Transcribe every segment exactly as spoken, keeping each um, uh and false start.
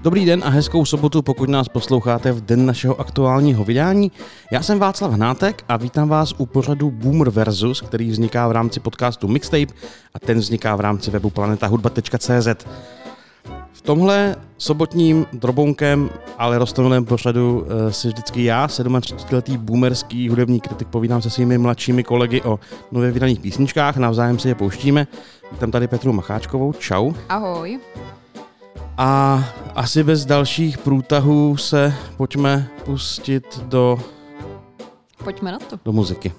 Dobrý den a hezkou sobotu, pokud nás posloucháte v den našeho aktuálního vydání. Já jsem Václav Hnátek a vítám vás u pořadu Boomer versus, který vzniká v rámci podcastu Mixtape a ten vzniká v rámci webu planeta hudba tečka cé zet. V tomhle sobotním drobounkem, ale roztomilém pořadu si vždycky já, třicetisedmiletý boomerský hudební kritik, povídám se svými mladšími kolegy o nově vydaných písničkách, navzájem si je pouštíme. Vítám tady Petru Macháčkovou, čau. Ahoj. A asi bez dalších průtahů se pojďme pustit do... Pojďme na to. Do muziky.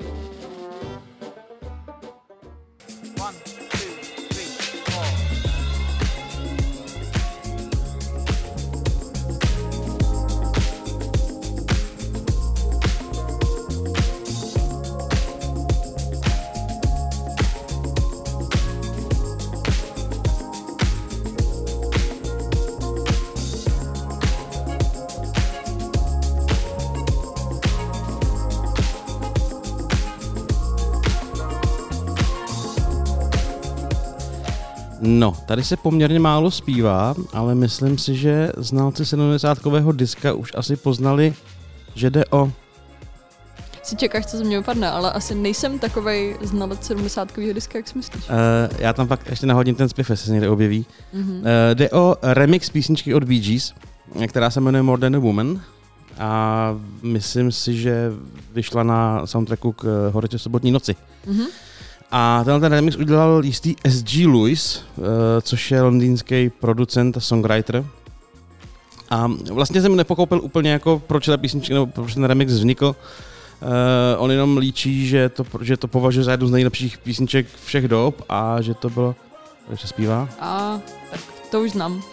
No, tady se poměrně málo zpívá, ale myslím si, že znalci sedmdesátkového diska už asi poznali, že jde o... Si čekáš, co ze mě vypadne, ale asi nejsem takovej znalec sedmdesátkového diska, jak si myslíš. Uh, já tam fakt ještě nahodím ten zpěv, jestli se někde objeví. Mm-hmm. Uh, jde o remix písničky od Bee Gees, která se jmenuje More Than a Woman. A myslím si, že vyšla na soundtracku k Horatě sobotní noci. Mm-hmm. A tenhle ten remix udělal jistý S G Lewis, uh, což je londýnský producent a songwriter. A vlastně jsem nepochopil úplně, jako, proč ta písnička, nebo proč ten remix vznikl. Uh, on jenom líčí, že to, že to považuje za jednu z nejlepších písniček všech dob a že to bylo... Jak se zpívá? A tak to už znám.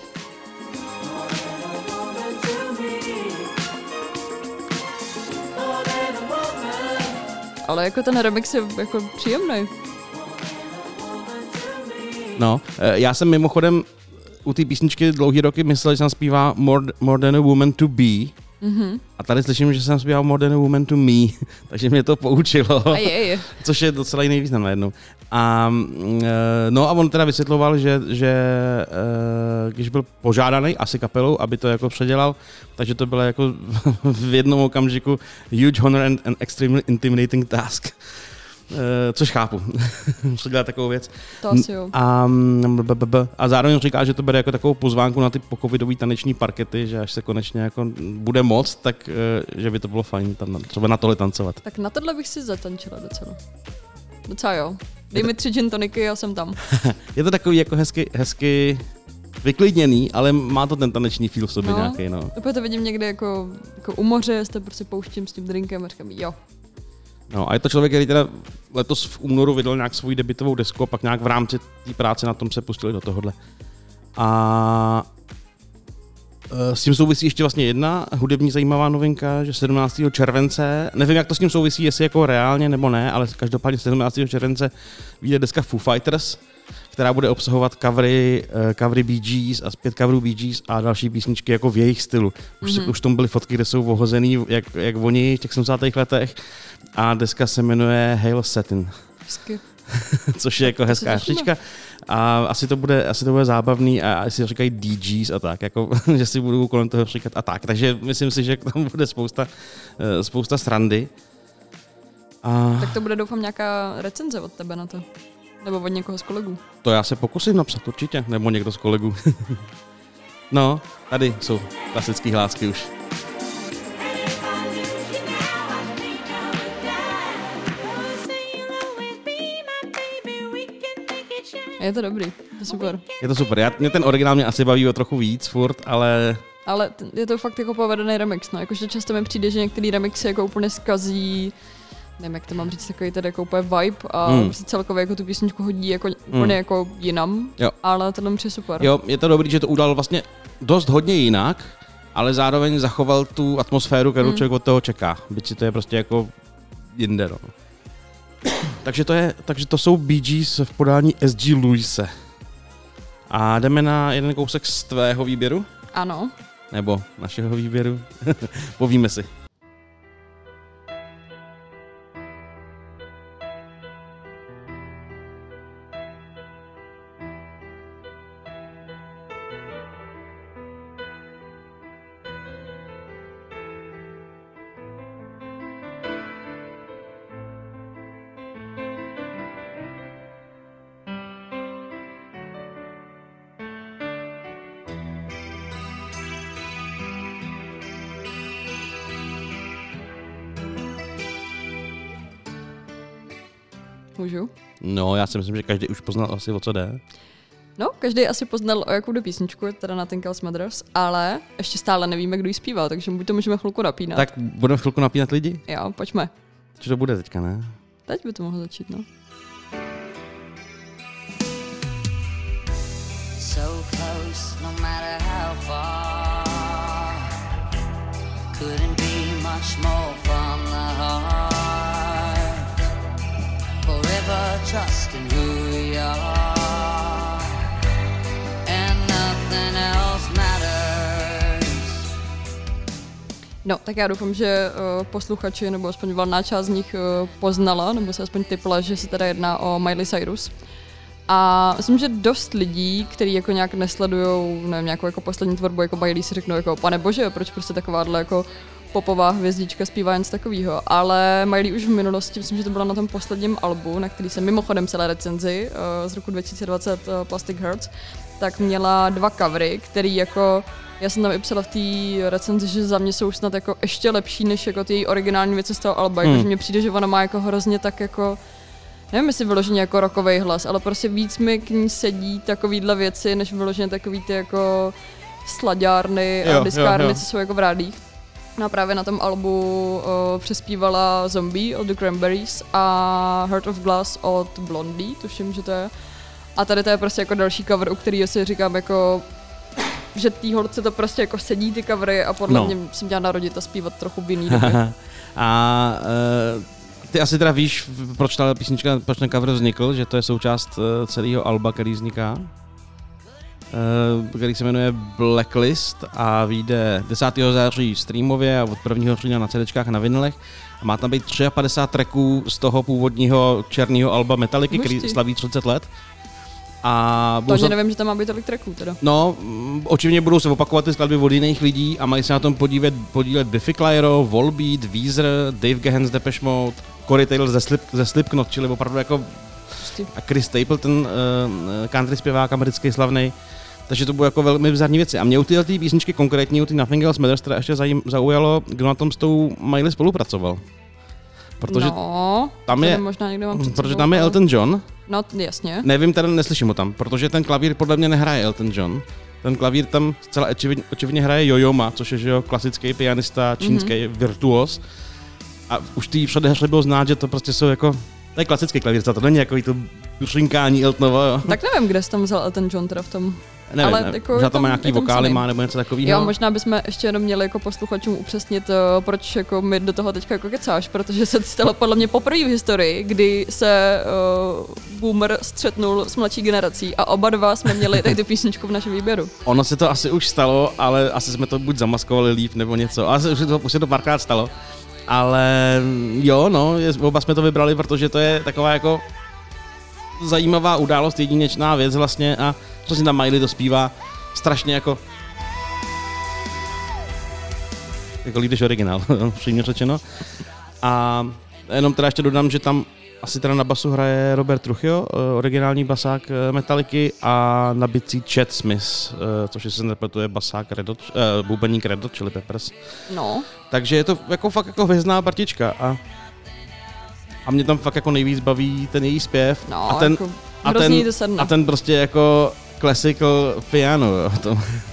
Ale jako ten remix je jako příjemný. No, já jsem mimochodem u té písničky dlouhý roky myslel, že jsem zpívá More, more Than a Woman to Be. Mm-hmm. A tady slyším, že jsem zpíval More Than a Woman to Me, takže mě to poučilo. A je, je. Což je docela jiný význam najednou. A, no a on teda vysvětloval, že, že když byl požádaný asi kapelou, aby to jako předělal, takže to bylo jako v jednom okamžiku huge honor and an extremely intimidating task. Uh, což chápu, musím dělat takovou věc. To asi jo. A, a zároveň říká, že to bere jako takovou pozvánku na ty pocovidový taneční parkety, že až se konečně jako bude moc, tak uh, že by to bylo fajn tam třeba na tohle tancovat. Tak na tohle bych si zatančila docela. Docela jo. Dej mi tři gin toniky, já jsem tam. Je to takový jako hezky, hezky vyklidněný, ale má to ten taneční feel v sobě no, nějaký. No. Opět to vidím někde jako, jako u moře, jste prostě pouštím s tím drinkem a říkám jo. No a je to člověk, který teda letos v únoru vydal nějak svou debutovou desku a pak nějak v rámci té práce na tom se pustili do tohohle. A s tím souvisí ještě vlastně jedna hudební zajímavá novinka, že sedmnáctého července, nevím, jak to s tím souvisí, jestli jako reálně nebo ne, ale každopádně sedmnáctého července vyjde deska Foo Fighters, která bude obsahovat covery, covery Bee Gees a zpět coverů Bee Gees a další písničky jako v jejich stylu. Už, mm-hmm. už tam byly fotky, kde jsou ohozený, jak, jak oni v těch sedmdesátých letech a deska se jmenuje Hail Satin. Což je jako hezká hřička. A asi to bude, asi to bude zábavný a asi říkají D Gs a tak, jako, že si budou kolem toho říkat a tak. Takže myslím si, že tam bude spousta, spousta srandy. A... Tak to bude, doufám, nějaká recenze od tebe na to. Nebo od někoho z kolegů. To já se pokusím napsat určitě, nebo někdo z kolegů. No, tady jsou klasický hlásky už. Je to dobrý, to je super. Je to super, já, mě ten originál mě asi baví o trochu víc furt, ale... Ale je to fakt jako povedený remix, no, jakože často mi přijde, že některý remixy jako úplně zkazí, nevím, jak to mám říct, takový tady jako úplně vibe a hmm. celkově jako tu písničku hodí jako hmm. úplně jako jinam, jo. Ale to nám přijde super. Jo, je to dobrý, že to udělal vlastně dost hodně jinak, ale zároveň zachoval tu atmosféru, kterou hmm. člověk od toho čeká, byť si to je prostě jako jinde, no. takže, to je, takže to jsou Bee Gees v podání S G Lewise. A jdeme na jeden kousek z tvého výběru? Ano. Nebo našeho výběru? Povíme si. Můžu? No, já si myslím, že každý už poznal asi, o co jde. No, každý asi poznal, o jakou jde písničku, teda Nothing Else Matters, ale ještě stále nevíme, kdo ji zpívá, takže buď to můžeme chvilku napínat. Tak budeme chvilku napínat lidi? Jo, pojďme. Co to bude teďka, ne? Teď by to mohlo začít, no. So close, no matter how far. Couldn't be much more from the heart. Forever trusting who we are. No, tak já doufám, že uh, posluchači, nebo aspoň valná část z nich uh, poznala, nebo se aspoň typla, že se teda jedná o Miley Cyrus. A myslím, že dost lidí, kteří jako nějak nesledujou, nevím, nějakou jako poslední tvorbu jako Miley, si řeknou jako, pane bože, proč prostě takováhle jako popová hvězdička zpívá něco takového. Ale Miley už v minulosti, myslím, že to bylo na tom posledním albu, na který jsem mimochodem celé recenzi uh, z roku dva tisíce dvacet uh, Plastic Hearts, tak měla dva covery, který jako, já jsem tam i psala v té recenzi, že za mě jsou snad jako ještě lepší než jako ty její originální věci z toho alba, hmm. jakože mně přijde, že ona má jako hrozně tak jako, nevím, jestli vyloženě jako rockovej hlas, ale prostě víc mi k ní sedí takovýhle věci, než vyloženě takový ty jako slaďárny a diskárny, co jsou jako v rádích. No a právě na tom albu uh, přespívala Zombie od The Cranberries a Heart of Glass od Blondie, tuším, že to je. A tady to je prostě jako další cover, u kterého si říkám jako, že tý holce to prostě jako sedí ty covery a podle no. mě jsem měla narodit a zpívat trochu v jiný době. A uh, ty asi teda víš, proč ta písnička, proč ten cover vznikl, že to je součást uh, celého alba, který vzniká? Uh, který se jmenuje Blacklist a vyjde desátého září streamově a od prvního října na CDčkách a na vinylech. A má tam být padesát tři tracků z toho původního černého alba Metallicy, Hustý. Který slaví třicet let. A to ani nevím, že tam má být tolik tracků teda. No, očividně budou se opakovat ty skladby od jiných lidí a mají se na tom podívat, podílet Biffy Clyro, Volbeat, Weezer, Dave Gahan z Depeche Mode, Corey Taylor ze, Slip, ze Slipknot, čili opravdu jako Hustý. A Chris Stapleton, uh, country zpěvák americký slavný. Takže to bylo jako velmi bizarní věci. A mě u téhle písničky, konkrétně u ty Nothing Else Matters, teda ještě zajím, zaujalo, kdo na tom s tou Miley spolupracoval. Protože no, tam je, možná někdo mám protože tam je Elton John. No, jasně. Nevím, teda neslyším ho tam, protože ten klavír podle mě nehraje Elton John. Ten klavír tam zcela očividně, očividně hraje Jo-Jo Ma, což je že jo, klasický pianista, čínský mm-hmm. virtuos. A už tý předehře bylo znát, že to prostě jsou jako, to je klasický klavír, to není jako to šrinkání Eltonova, jo. Tak nevím, kde jsi tam vzal Elton John teda v tom. Nevím, ale nevím. Jako možná tam má nějaký vokály, má nebo něco takového. Jo, možná bychom ještě jenom měli jako posluchačům upřesnit, uh, proč jako mi do toho teďka jako kecáš, protože se stalo podle mě poprvé v historii, kdy se uh, boomer střetnul s mladší generací a oba dva jsme měli tady tu písničku v našem výběru. Ono se to asi už stalo, ale asi jsme to buď zamaskovali líp nebo něco, ale už, to, už se to párkrát stalo. Ale jo, no, oba jsme to vybrali, protože to je taková jako zajímavá událost, jedinečná věc vlastně a co si tam Miley to zpívá strašně jako jako líp než originál, přímě řečeno. A jenom teda ještě dodám, že tam asi teda na basu hraje Robert Trujillo, originální basák Metallicy a na bicí Chad Smith, což se nepletuje basák Red Hot, uh, bubeník Red Hot Chili Peppers. No. Takže je to jako fakt jako hvězdná partička a a mě tam fakt jako nejvíc baví ten její zpěv. No, a ten, jako a ten, to a ten prostě jako classical piano, jo. To.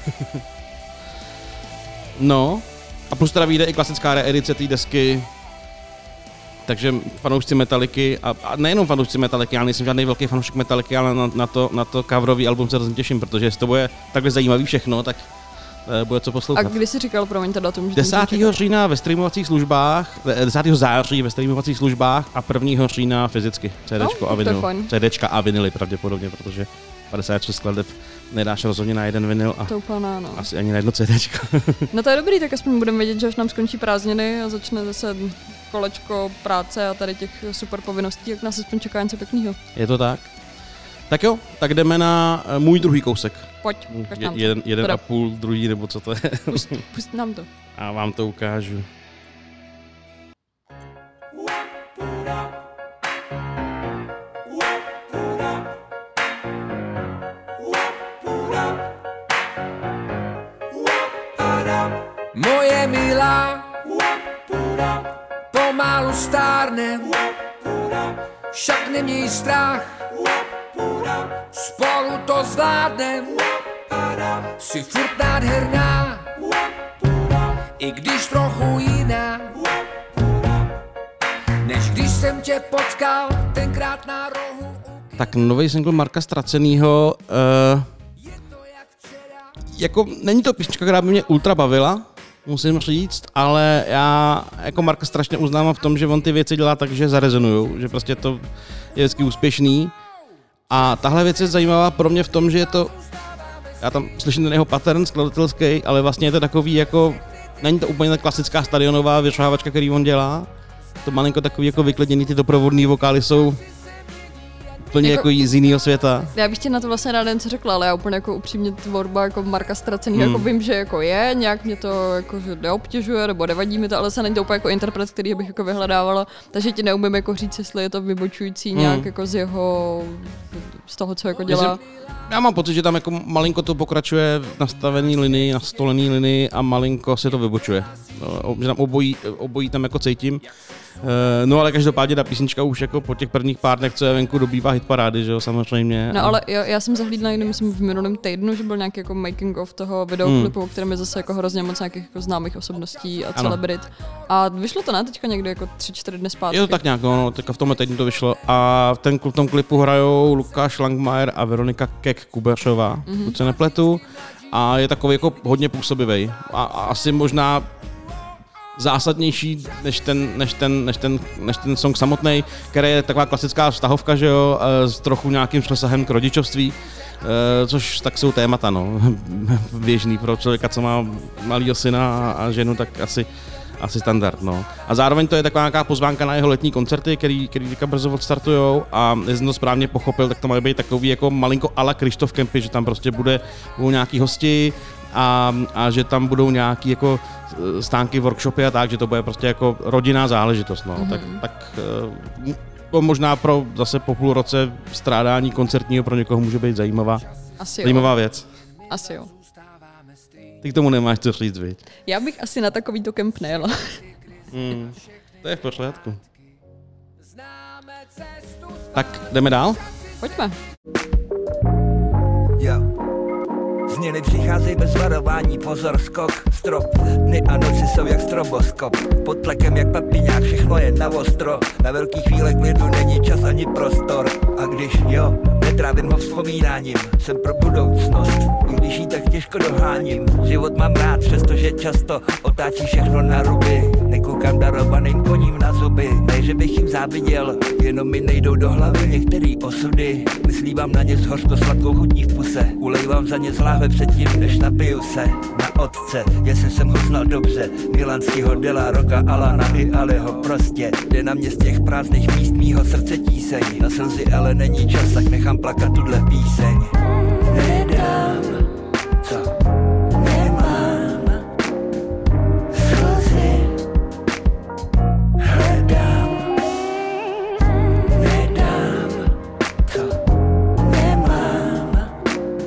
No, a plus teda vyjde i klasická reedice té desky, takže fanoušci Metallicy, a, a nejenom fanoušci Metallicy, já nejsem žádný velký fanoušek Metallicy, ale na, na, to, na to coverový album se hrozně těším, protože jestli to bude takhle zajímavý všechno, tak bude co poslouchat. A kdy jsi říkal, promiň, to datum? desátého října ve streamovacích službách, desátého září ve streamovacích službách a prvního října fyzicky. CDčko no, a vinyl. CDčka a vinyly pravděpodobně, protože padesát šest skladeb nedáš rozhodně na jeden vinyl a to úplně, no. Asi ani na jedno CDčko. No to je dobrý, tak aspoň budeme vědět, že až nám skončí prázdniny a začne zase kolečko práce a tady těch super povinností, jak nás aspoň čeká něco pěknýho. Je to tak? Tak jo, tak jdeme na můj druhý kousek. Pojď, ukaž nám to. Jeden, jeden a půl, druhý, nebo co to je. Pust, pust nám to. A vám to ukážu. Moje milá pomalu stárne, však neměj strach, spolu to zvládnem, jsi furt nádherná, i když trochu jiná, než když jsem tě potkal tenkrát na rohu. Tak nový single Marka Ztracenýho, uh, jako není to písnička, která by mě ultra bavila, musím říct, ale já jako Marka strašně uznávám v tom, že on ty věci dělá tak, že zarezonujou, že prostě to je vždycky úspěšný. A tahle věc je zajímavá pro mě v tom, že je to, já tam slyším ten jeho pattern skladatelský, ale vlastně je to takový jako, není to úplně ta klasická stadionová vyšávačka, který on dělá. To malinko takový jako vyklidněný, ty doprovodný vokály jsou úplně jako, jako z jiného světa. Já bych ti na to vlastně ráda něco řekla, ale já úplně jako upřímně tvorba jako Marka Ztracený, hmm. jako vím, že jako je, nějak mě to jako neobtěžuje, nebo nevadí mi to, ale se není to úplně jako interpret, který bych jako vyhledávala, takže ti neumím jako říct, jestli je to vybočující hmm. nějak jako z jeho, z toho, co jako dělá. Myslím, já mám pocit, že tam jako malinko to pokračuje v nastavený linii, nastolený linii a malinko se to vybočuje. Že tam obojí, obojí tam jako cítím. No ale každopádně ta písnička už jako po těch prvních pár dnech, co je venku, dobývá hitparády, že jo, samozřejmě. No ale já, já jsem zahlídla někdy, myslím, v minulém týdnu, že byl nějaký jako making of toho videoklipu, hmm. o kterém je zase jako hrozně moc nějakých jako známých osobností a celebrit. A vyšlo to ne teďka někdy jako tři, čtyři dny zpátky. Je to tak nějak, no, teďka v tomhle týdnu to vyšlo. A v, ten, v tom klipu hrajou Lukáš Langmajer a Veronika Kek-Kubeřová, mm-hmm. pokud se nepletu. A je takový jako hodně působivý. A, a asi možná zásadnější než ten, než ten, než ten, než ten song samotný, který je taková klasická vztahovka, že jo, s trochu nějakým přesahem k rodičovství, což tak jsou témata, no, běžný pro člověka, co má malýho syna a ženu, tak asi, asi standard, no. A zároveň to je taková nějaká pozvánka na jeho letní koncerty, který, který teďka brzo odstartujou a jestli jsem to správně pochopil, tak to mají být takový jako malinko ala Krištof Kempy, že tam prostě bude, budou nějaký hosti, A, a že tam budou nějaký jako stánky, workshopy a tak, že to bude prostě jako rodinná záležitost, no. Mm-hmm. Tak, tak to možná pro zase po půl roce strádání koncertního pro někoho může být zajímavá, asi zajímavá věc. Asi jo. Ty k tomu nemáš co říct, viď? Já bych asi na takovýto kemp nejela. Hmm, to je v pořádku. Tak jdeme dál? Pojďme. Jo. Změny přicházejí bez varování, pozor, skok, strop. Dny a noci jsou jak stroboskop. Pod tlakem jak papiňák, všechno je na ostro. Na velkých chvílech klidu není čas ani prostor. A když jo, netrávím ho vzpomínáním. Jsem pro budoucnost, i když jí tak těžko doháním. Život mám rád, přestože často otáčí všechno na ruby. Nekoukám darovaným koním na zuby. Ne, že bych jim záviděl, jenom mi nejdou do hlavy některý osudy. Myslívám na ně s hořko sladkou chutí v puse. Ulejvám za ně z láhve předtím, než napiju se na otce, jestli jsem ho znal dobře. Milanskýho, Dela, Roka, Alana i Aliho. Prostě jde na mě z těch prázdných míst mýho srdce tíseň. Na slzy ale není čas, tak nechám plakat tuhle píseň. Nedám, co nemám, slzy hledám. Nedám, co nemám.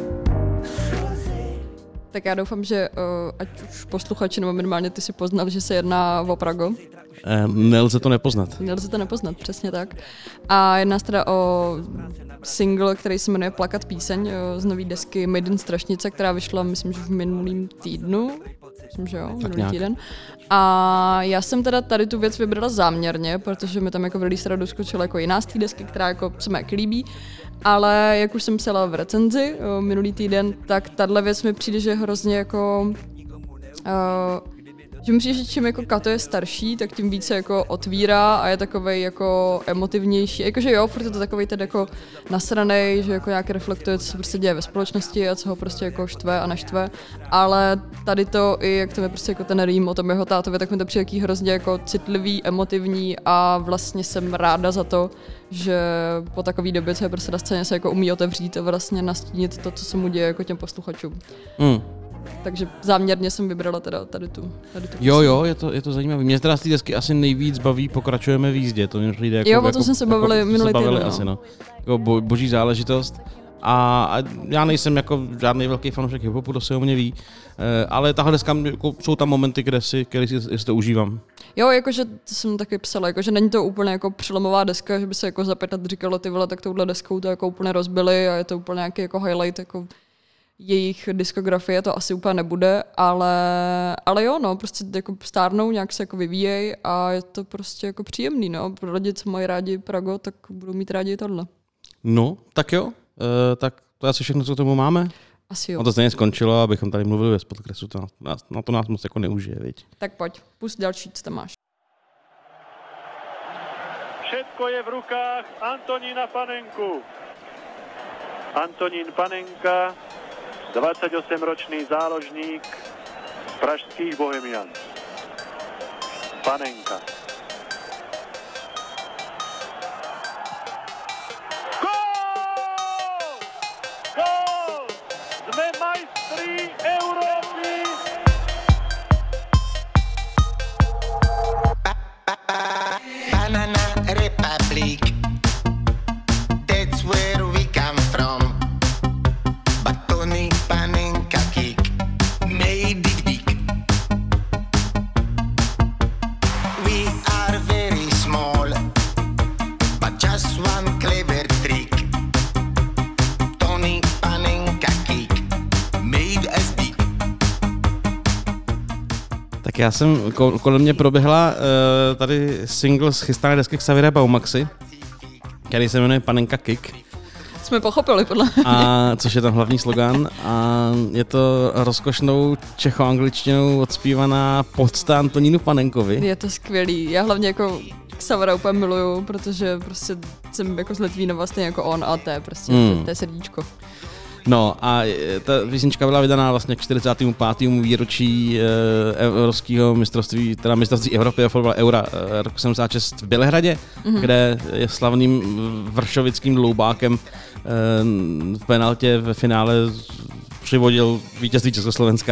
Tak já doufám, že uh, ať už posluchači nebo minimálně ty si poznal, že se jedná o Prago. Eh, nelze to nepoznat. Nelze to nepoznat, přesně tak. A jedná se teda o single, který se jmenuje Plakat píseň z nový desky Maiden Strašnice, která vyšla, myslím, že v minulým týdnu. Myslím, že jo, tak minulý nějak. týden. A já jsem teda tady tu věc vybrala záměrně, protože mi tam jako v release radu skočila jako jiná z té desky, která jako se mi jak líbí. Ale jak už jsem psala v recenzi o, minulý týden, tak tahle věc mi přijde, že je hrozně jako... Uh, že mi přijde, že čím jako Kato je starší, tak tím více jako otvírá a je takovej jako emotivnější. Jakože jo, furt je to takovej tedy jako nasranej, že jako nějak reflektuje, co se prostě děje ve společnosti a co ho prostě jako štve a naštve. Ale tady to i jak to je prostě jako ten rým o tom jeho tátově, tak mi to přijde jaký hrozně jako citlivý, emotivní a vlastně jsem ráda za to, že po takové době, co je prostě na scéně, se jako umí otevřít a vlastně nastínit to, co se mu děje jako těm posluchačům. Mm. Takže záměrně jsem vybrala teda tady tu. Tady tu jo, jo, je to, je to zajímavé. Mě teda z té desky asi nejvíc baví Pokračujeme v jízdě. To mě přijde jako... Jo, o tom jsme se bavili jako, minulý týden. No. Asi, no. Jako bo, boží záležitost. A, a já nejsem jako žádný velký fanoušek hiphopu, to se o mě ví. E, ale tahle deska, jako, jsou tam momenty, kde si, kde si, si to užívám. Jo, jakože to jsem taky psala, jakože není to úplně jako přelomová deska, že by se jako za pět let říkalo, ty vole, tak touhle deskou to jako úplně rozbili a je to úplně nějaký jako highlight jako jejich diskografie, to asi úplně nebude, ale, ale jo, no, prostě jako stárnou, nějak se jako vyvíjej a je to prostě jako příjemný, no. Pro lidi, co mají rádi Prago, tak budou mít rádi tohle. No, tak jo, uh, tak to je asi všechno, co k tomu máme. Asi jo. No to stejně skončilo, abychom tady mluvili bez podkresu, to nás, na to nás moc jako neužije, viď? Tak pojď, pust další, co tam máš. Všetko je v rukách Antonína Panenku. Antonín Panenka, dvadsaťosemročný záložník pražských Bohemian. Panenka. Gól! Gól! Sme majstri Európy! Banana Republic, that's where we come from. But Tony Panenka kick made it big. We are very small, but just one clever trick. Tony Panenka kick made us big. Tak já jsem, kolem mě proběhla uh, tady single z chystané desky Xaviera Baumaxy, který se jmenuje Panenka Kick. Jsme pochopili, podle mě. A což je tam hlavní slogan. A je to rozkošnou čecho-angličtinou odspívaná podsta Antonínu Panenkovi. Je to skvělý. Já hlavně jako Xavera úplně miluju, protože prostě jsem jako z Litvínova stejně jako on a to je prostě mm. to je srdíčko. No a ta písnička byla vydaná vlastně k čtyřicátému pátému výročí e, evropského mistrovství, teda mistrovství Evropy a fotbal Eura e, roku sedmdesát šest v Bělehradě, mm-hmm. kde je slavným vršovickým dloubákem e, v penaltě ve finále přivodil vítězství Československa.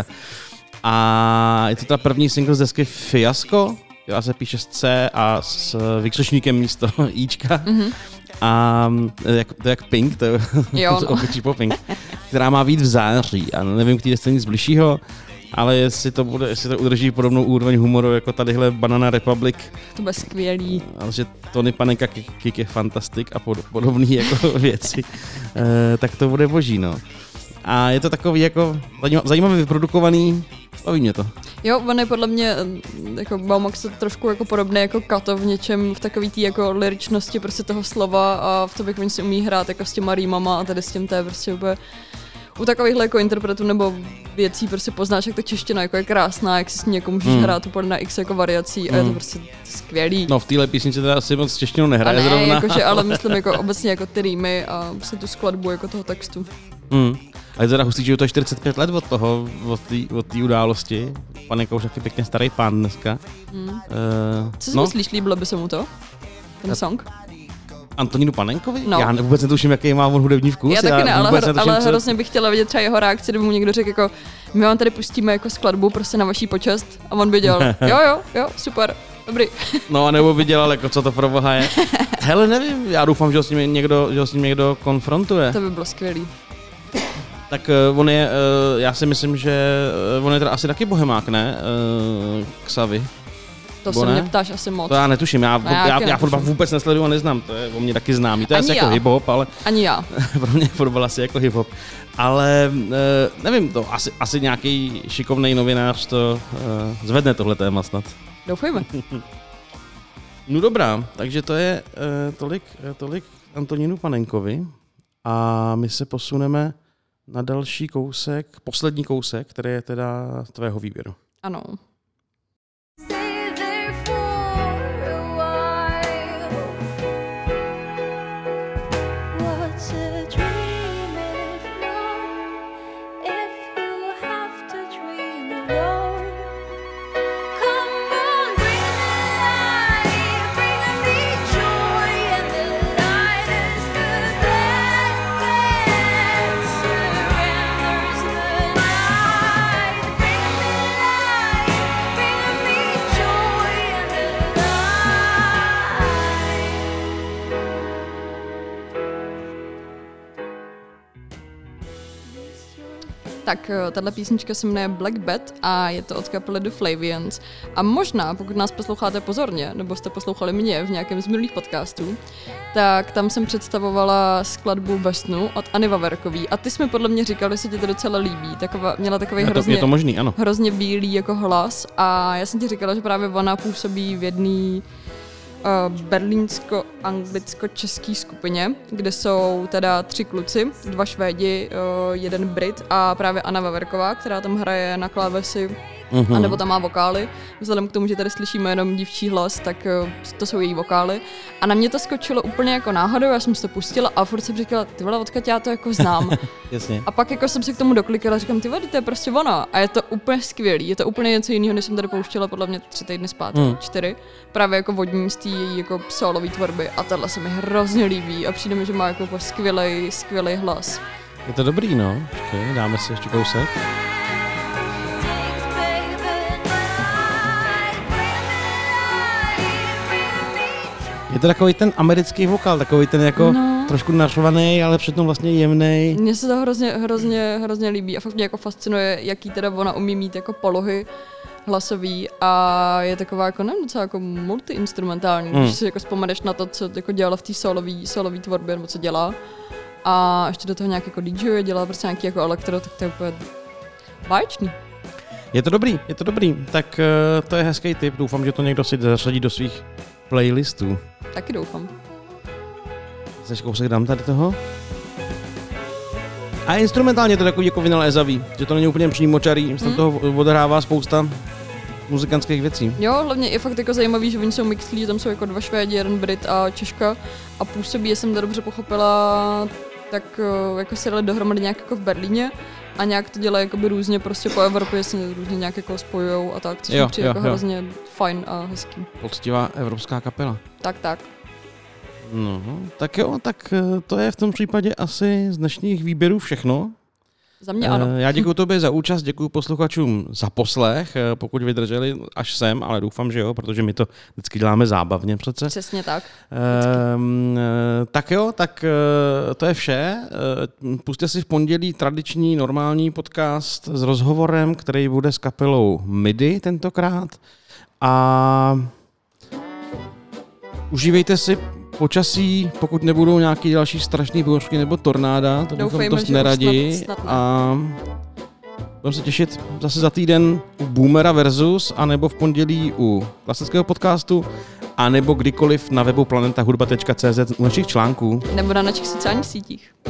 A je to ta první single z desky Fiasko, která se píše s C a s vykřičníkem místo Ička. Mm-hmm. A jak, to je jak Pink, to je opičí po Pink, která má být v září a nevím, který je nic bližšího, ale jestli to bude, jestli to udrží podobnou úroveň humoru jako tadyhle Banana Republic. To bude skvělý. Ale že Tony Panenka Kick je fantastik a pod, podobný jako věci, e, tak to bude boží, no. A je to takový jako zajímavě vyprodukovaný, baví mě to. Jo, on je podle mě jako Baumax je trošku jako podobný jako Kato v něčem, v takový tý jako liričnosti prostě toho slova a v tom, jak oni si umí hrát jako s těma rýmama a tady s tím to je prostě úplně u takovýchhle jako interpretů nebo věcí prostě poznáš, jak ta čeština jako je krásná, jak si s ní jako můžeš mm. hrát úplně na x jako variací a mm. je to prostě skvělý. No v téhle písničce teda asi moc češtinu nehraje a ne, zrovna. Jakože, ale myslím jako obecně jako ty rýmy a prostě tu skladbu jako toho textu. Mm. A je teda hustý, že to je čtyřicet pět let od toho, od té od události. Panenka už taky pěkně starý pán dneska. Mm. Uh, Co si no. myslíš, líbilo by se mu to? Ten song? Antonínu Panenkovi? No. Já vůbec netuším, jaký má on hudební vkus. Já taky ne, ale, netuším, ale co... hrozně bych chtěla vidět třeba jeho reakci, kdyby mu někdo řekl jako my vám tady pustíme jako skladbu prostě na vaší počest a on by dělal jo, jo, jo, super, dobrý. No a nebo by dělal jako co to pro boha je. Hele, nevím, já doufám, že ho s ním někdo, že ho s ním někdo konfrontuje. To by bylo skvělý. Tak uh, on je, uh, já si myslím, že uh, on je teda asi taky bohemák, ne? Uh, Xavi. To se mě ptáš asi moc. To já netuším, já, já, já, já fotbal vůbec nesleduju a neznám, to je o mě taky známý. To je Ani asi já. jako hip-hop, ale... Ani já. Pro mě fotbal asi jako hip-hop. Ale uh, nevím, to asi, asi nějaký šikovnej novinář to uh, zvedne tohle téma snad. Doufejme. No dobrá, takže to je uh, tolik, uh, tolik Antonínu Panenkovi a my se posuneme na další kousek, poslední kousek, který je teda tvého výběru. Ano. Surrenders the night. Bring me light. Tak tahle písnička se jmenuje Black Bat a je to od kapely The Flavians. A možná, pokud nás posloucháte pozorně, nebo jste poslouchali mě v nějakém z minulých podcastů, tak tam jsem představovala skladbu Ve snu od Anny Vaverkový. A ty jsi mi podle mě říkal, že se ti to docela líbí. Taková, měla takový je to, hrozně, je to možný, ano. hrozně bílý jako hlas. A já jsem ti říkala, že právě ona působí v jedné Uh, berlínsko-anglicko-český skupině, kde jsou teda tři kluci, dva Švédi, uh, jeden Brit a právě Anna Vaverková, která tam hraje na klávesi, uh-huh. anebo tam má vokály. Vzhledem k tomu, že tady slyšíme jenom dívčí hlas, tak uh, to jsou její vokály. A na mě to skočilo úplně jako náhodou, já jsem si to pustila a furt jsem říkala, ty vole, odkud já to jako znám. Jasně. A pak jako jsem se k tomu doklikala a říkám, ty vole, to je prostě ona. A je to úplně skvělý, je to úplně něco jiného, než jsem tady pouštěla podle mě tři týdny zpátky, hmm. čtyři. Právě jako vodní z té její jako solový tvorby a tohle se mi hrozně líbí a přijde mi, že má jako skvělej, skvělej hlas. Je to dobrý, no. Počkej, dáme si ještě kousek. Je to takový ten americký vokál, takový ten jako no. trošku nařvaný, ale přitom vlastně jemnej. Mně se to hrozně, hrozně, hrozně líbí a fakt mě jako fascinuje, jaký teda ona umí mít jako polohy hlasový a je taková jako, nevím, docela jako multiinstrumentální, hmm. když si jako vzpomeneš na to, co jako dělala v té solový, solový tvorbě, nebo co dělá. A ještě do toho nějak jako DJuje, dělá prostě nějaký jako elektro, tak to je úplně báječný. Je to dobrý, je to dobrý. Tak uh, to je hezký tip, doufám, že to někdo si zařadí do svých playlistů. Taky doufám. Chceš kousek dám tady toho? A instrumentálně to takový jako vynalézavý, že to není úplně přímočarý, hmm. z toho odehrává spousta muzikantských věcí. Jo, hlavně je fakt jako zajímavý, že oni jsou mixlí, že tam jsou jako dva Švédi, jeden Brit a Češka a působí, jsem to dobře pochopila, tak jako se dali dohromady nějak jako v Berlíně a nějak to dělají jakoby různě prostě po Evropě, se různě nějak jako spojujou a tak, což mi přijde jako jo. hrozně fajn a hezký. Poctivá evropská kapela. Tak, tak. No, tak jo, tak to je v tom případě asi z dnešních výběrů všechno. Za mě ano. Já děkuji tobě za účast, děkuji posluchačům za poslech, pokud vydrželi až sem, ale doufám, že jo, protože my to vždycky děláme zábavně přece. Přesně tak. Ehm, tak jo, tak to je vše. Pusťte si v pondělí tradiční normální podcast s rozhovorem, který bude s kapelou Midi tentokrát. A užívejte si počasí, pokud nebudou nějaký další strašný bouřky nebo tornáda, to bychom Doufejme, dost neradi. Snad, snad ne. A budeme se těšit zase za týden u Boomera versus, anebo v pondělí u klasického podcastu, anebo kdykoliv na webu planeta hudba tečka cé zet u našich článků. Nebo na našich sociálních sítích.